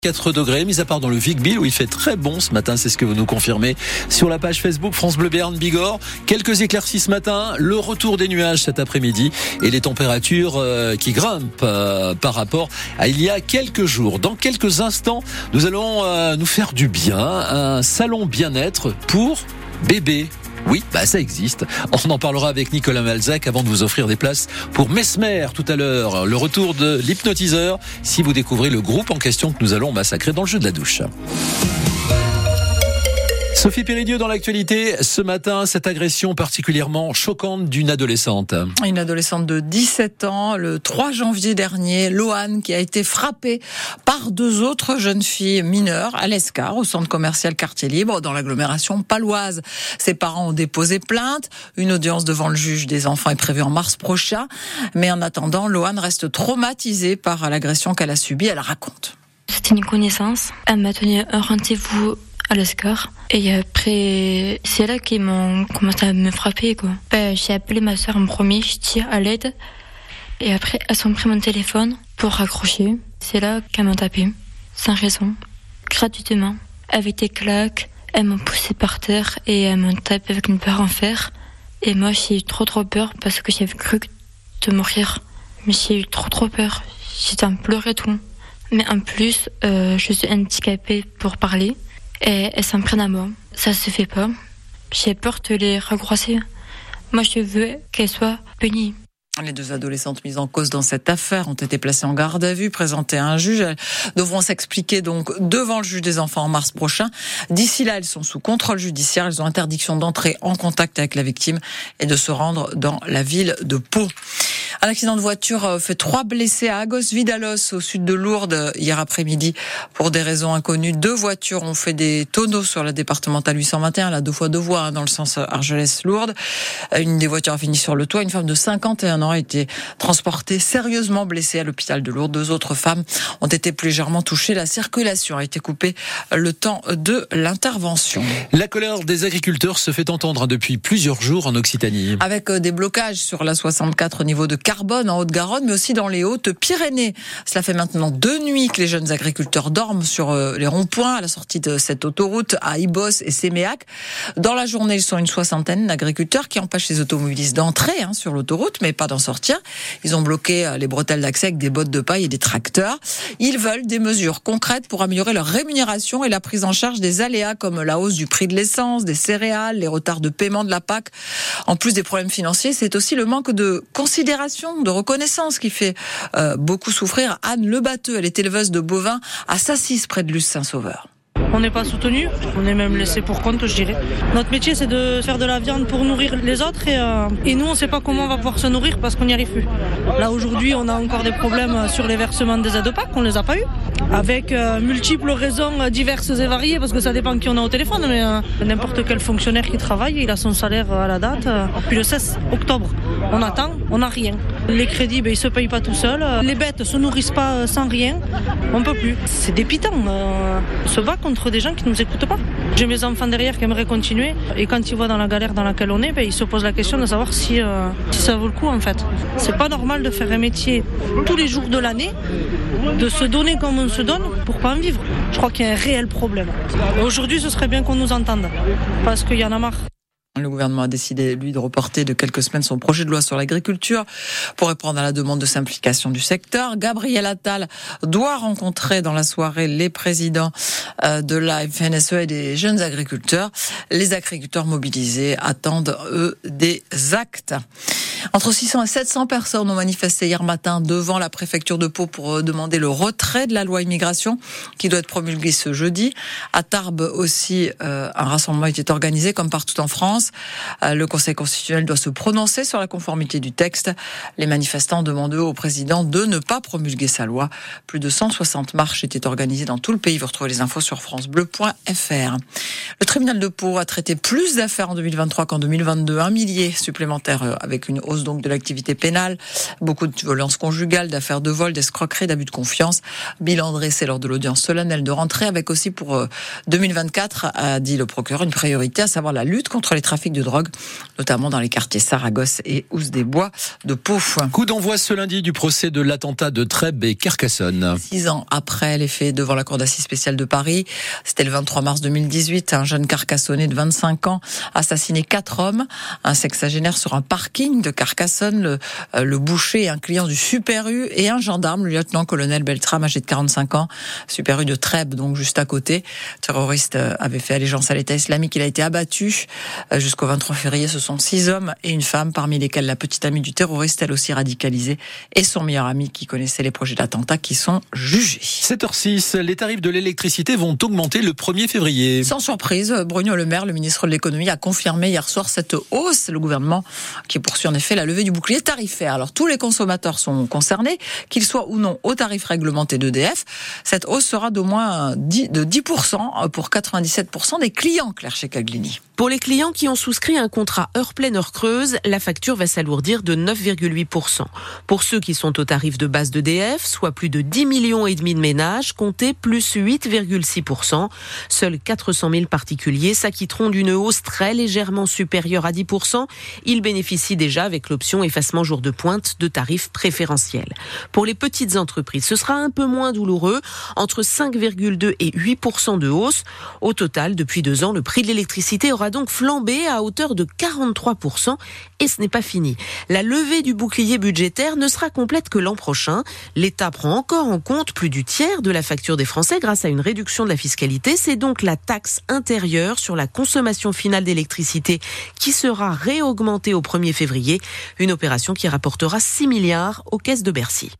4 degrés, mis à part dans le Vic-Bilh où il fait très bon ce matin, c'est ce que vous nous confirmez sur la page Facebook France Bleu Béarn Bigorre. Quelques éclaircies ce matin, le retour des nuages cet après-midi et les températures qui grimpent par rapport à il y a quelques jours. Dans quelques instants, nous allons nous faire du bien, un salon bien-être pour bébés. Oui, ça existe. On en parlera avec Nicolas Malzac avant de vous offrir des places pour Mesmer tout à l'heure. Le retour de l'hypnotiseur si vous découvrez le groupe en question que nous allons massacrer dans le jeu de la douche. Sophie Péridieu dans l'actualité. Ce matin, cette agression particulièrement choquante d'une adolescente. Une adolescente de 17 ans, le 3 janvier dernier, Loane, qui a été frappée par 2 autres jeunes filles mineures à l'Escar, au centre commercial Quartier Libre, dans l'agglomération paloise. Ses parents ont déposé plainte. Une audience devant le juge des enfants est prévue en mars prochain. Mais en attendant, Loane reste traumatisée par l'agression qu'elle a subie. Elle raconte. C'était une connaissance. Elle m'a donné un rendez-vous à l'Escar. Et après, c'est là qu'ils m'ont commencé à me frapper, quoi. J'ai appelé ma soeur en premier, je tire à l'aide. Et après, elles ont pris mon téléphone pour raccrocher. C'est là qu'elles m'ont tapé, sans raison, gratuitement, avec des claques. Elles m'ont poussé par terre et elles m'ont tapé avec une barre en fer. Et moi, j'ai eu trop peur parce que j'avais cru de mourir. Mais j'ai eu trop peur. J'étais en pleurs et tout. Mais en plus, je suis handicapée pour parler. Et elles s'en prennent à moi. Ça se fait pas. J'ai peur de les regrosser. Moi, je veux qu'elles soient punies. Les 2 adolescentes mises en cause dans cette affaire ont été placées en garde à vue, présentées à un juge. Elles devront s'expliquer donc devant le juge des enfants en mars prochain. D'ici là, elles sont sous contrôle judiciaire. Elles ont interdiction d'entrer en contact avec la victime et de se rendre dans la ville de Pau. Un accident de voiture fait 3 blessés à Agos-Vidalos, au sud de Lourdes, hier après-midi. Pour des raisons inconnues, 2 voitures ont fait des tonneaux sur la départementale 821, la 2 fois 2 voies, dans le sens Argelès-Lourdes. Une des voitures a fini sur le toit. Une femme de 51 ans a été transportée sérieusement blessée à l'hôpital de Lourdes. 2 autres femmes ont été plus légèrement touchées. La circulation a été coupée le temps de l'intervention. La colère des agriculteurs se fait entendre depuis plusieurs jours en Occitanie. Avec des blocages sur la 64 au niveau de Carbone en Haute-Garonne, mais aussi dans les Hautes-Pyrénées. Cela fait maintenant 2 nuits que les jeunes agriculteurs dorment sur les ronds-points à la sortie de cette autoroute à Ibos et Séméac. Dans la journée, ils sont une 60aine d'agriculteurs qui empêchent les automobilistes d'entrer sur l'autoroute, mais pas d'en sortir. Ils ont bloqué les bretelles d'accès avec des bottes de paille et des tracteurs. Ils veulent des mesures concrètes pour améliorer leur rémunération et la prise en charge des aléas comme la hausse du prix de l'essence, des céréales, les retards de paiement de la PAC. En plus des problèmes financiers, c'est aussi le manque de considération, de reconnaissance qui fait beaucoup souffrir Anne Lebatteux. Elle est éleveuse de bovins à Sassis, près de Luce-Saint-Sauveur. On n'est pas soutenu, on est même laissé pour compte, je dirais. Notre métier, c'est de faire de la viande pour nourrir les autres et nous, on ne sait pas comment on va pouvoir se nourrir parce qu'on n'y arrive plus. Là, aujourd'hui, on a encore des problèmes sur les versements des aides PAC, on ne les a pas eu, avec multiples raisons diverses et variées, parce que ça dépend qui on a au téléphone, mais n'importe quel fonctionnaire qui travaille, il a son salaire à la date, puis le 16 octobre. On attend, on n'a rien. Les crédits, ils ne se payent pas tout seuls. Les bêtes ne se nourrissent pas sans rien. On ne peut plus. C'est dépitant. On se bat contre des gens qui ne nous écoutent pas. J'ai mes enfants derrière qui aimeraient continuer. Et quand ils voient dans la galère dans laquelle on est, ils se posent la question de savoir si ça vaut le coup, en fait. C'est pas normal de faire un métier tous les jours de l'année, de se donner comme on se donne pour pas en vivre. Je crois qu'il y a un réel problème. Aujourd'hui, ce serait bien qu'on nous entende. Parce qu'il y en a marre. Le gouvernement a décidé, lui, de reporter de quelques semaines son projet de loi sur l'agriculture pour répondre à la demande de simplification du secteur. Gabriel Attal doit rencontrer dans la soirée les présidents de la FNSEA et des jeunes agriculteurs. Les agriculteurs mobilisés attendent, eux, des actes. Entre 600 et 700 personnes ont manifesté hier matin devant la préfecture de Pau pour demander le retrait de la loi immigration qui doit être promulguée ce jeudi. À Tarbes aussi, un rassemblement était organisé comme partout en France. Le Conseil constitutionnel doit se prononcer sur la conformité du texte. Les manifestants demandent au président de ne pas promulguer sa loi. Plus de 160 marches étaient organisées dans tout le pays. Vous retrouvez les infos sur francebleu.fr. Le tribunal de Pau a traité plus d'affaires en 2023 qu'en 2022. 1 millier supplémentaire avec une hausse hausse donc de l'activité pénale, beaucoup de violences conjugales, d'affaires de vol, d'escroquerie, d'abus de confiance. Bilan dressé lors de l'audience solennelle de rentrée, avec aussi pour 2024, a dit le procureur, une priorité, à savoir la lutte contre les trafics de drogue, notamment dans les quartiers Saragosse et Ouse-des-Bois de Pau. Coup d'envoi ce lundi du procès de l'attentat de Trèbes et Carcassonne. 6 ans après les faits devant la cour d'assises spéciale de Paris, c'était le 23 mars 2018, un jeune carcassonnais de 25 ans a assassiné 4 hommes, un sexagénaire sur un parking de Carcassonne, le boucher, un client du Super U et un gendarme, le lieutenant-colonel Beltrame, âgé de 45 ans, Super U de Trèbes, donc juste à côté. Le terroriste avait fait allégeance à l'État islamique, il a été abattu. Jusqu'au 23 février, ce sont 6 hommes et une femme, parmi lesquels la petite amie du terroriste, elle aussi radicalisée, et son meilleur ami qui connaissait les projets d'attentat, qui sont jugés. 7h06, les tarifs de l'électricité vont augmenter le 1er février. Sans surprise, Bruno Le Maire, le ministre de l'économie, a confirmé hier soir cette hausse. Le gouvernement qui poursuit en effet la levée du bouclier tarifaire. Alors tous les consommateurs sont concernés, qu'ils soient ou non au tarif réglementé d'EDF. Cette hausse sera d'au moins de 10% pour 97% des clients, Claire Checaglini. Pour les clients qui ont souscrit un contrat heure pleine, heure creuse, la facture va s'alourdir de 9,8%. Pour ceux qui sont au tarif de base d'EDF, soit plus de 10 millions et demi de ménages, comptez plus 8,6%. Seuls 400 000 particuliers s'acquitteront d'une hausse très légèrement supérieure à 10%. Ils bénéficient déjà, avec l'option effacement jour de pointe, de tarifs préférentiels. Pour les petites entreprises, ce sera un peu moins douloureux, entre 5,2 et 8% de hausse. Au total, depuis 2 ans, le prix de l'électricité aura donc flambé à hauteur de 43%, et ce n'est pas fini. La levée du bouclier budgétaire ne sera complète que l'an prochain. L'État prend encore en compte plus du tiers de la facture des Français grâce à une réduction de la fiscalité. C'est donc la taxe intérieure sur la consommation finale d'électricité qui sera réaugmentée au 1er février. Une opération qui rapportera 6 milliards aux caisses de Bercy.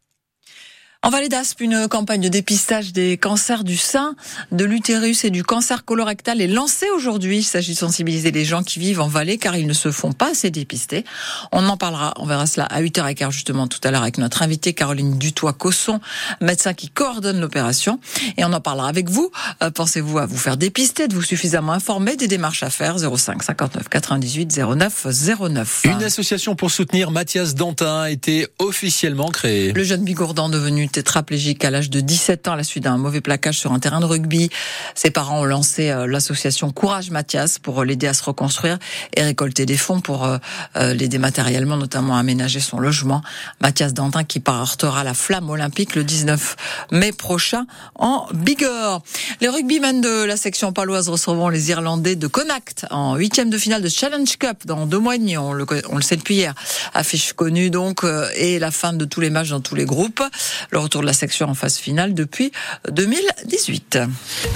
En Vallée d'Aspe, une campagne de dépistage des cancers du sein, de l'utérus et du cancer colorectal est lancée aujourd'hui. Il s'agit de sensibiliser les gens qui vivent en Vallée car ils ne se font pas assez dépister. On en parlera, on verra cela à 8h15 justement tout à l'heure avec notre invitée Caroline Dutoit-Cosson, médecin qui coordonne l'opération. Et on en parlera avec vous. Pensez-vous à vous faire dépister, êtes-vous suffisamment informé des démarches à faire? 05 59 98 09 09. Une association pour soutenir Mathias Dantin a été officiellement créée. Le jeune Bigourdan devenu tétraplégique à l'âge de 17 ans à la suite d'un mauvais plaquage sur un terrain de rugby. Ses parents ont lancé l'association Courage Mathias pour l'aider à se reconstruire et récolter des fonds pour l'aider matériellement, notamment à aménager son logement. Mathias Dantin qui portera la flamme olympique le 19 mai prochain en Bigorre. Les rugbymen de la section paloise recevront les Irlandais de Connacht en 8e de finale de Challenge Cup dans 2 mois et demi. On le sait depuis hier. Affiche connue donc et la fin de tous les matchs dans tous les groupes. Le retour de la section en phase finale depuis 2018.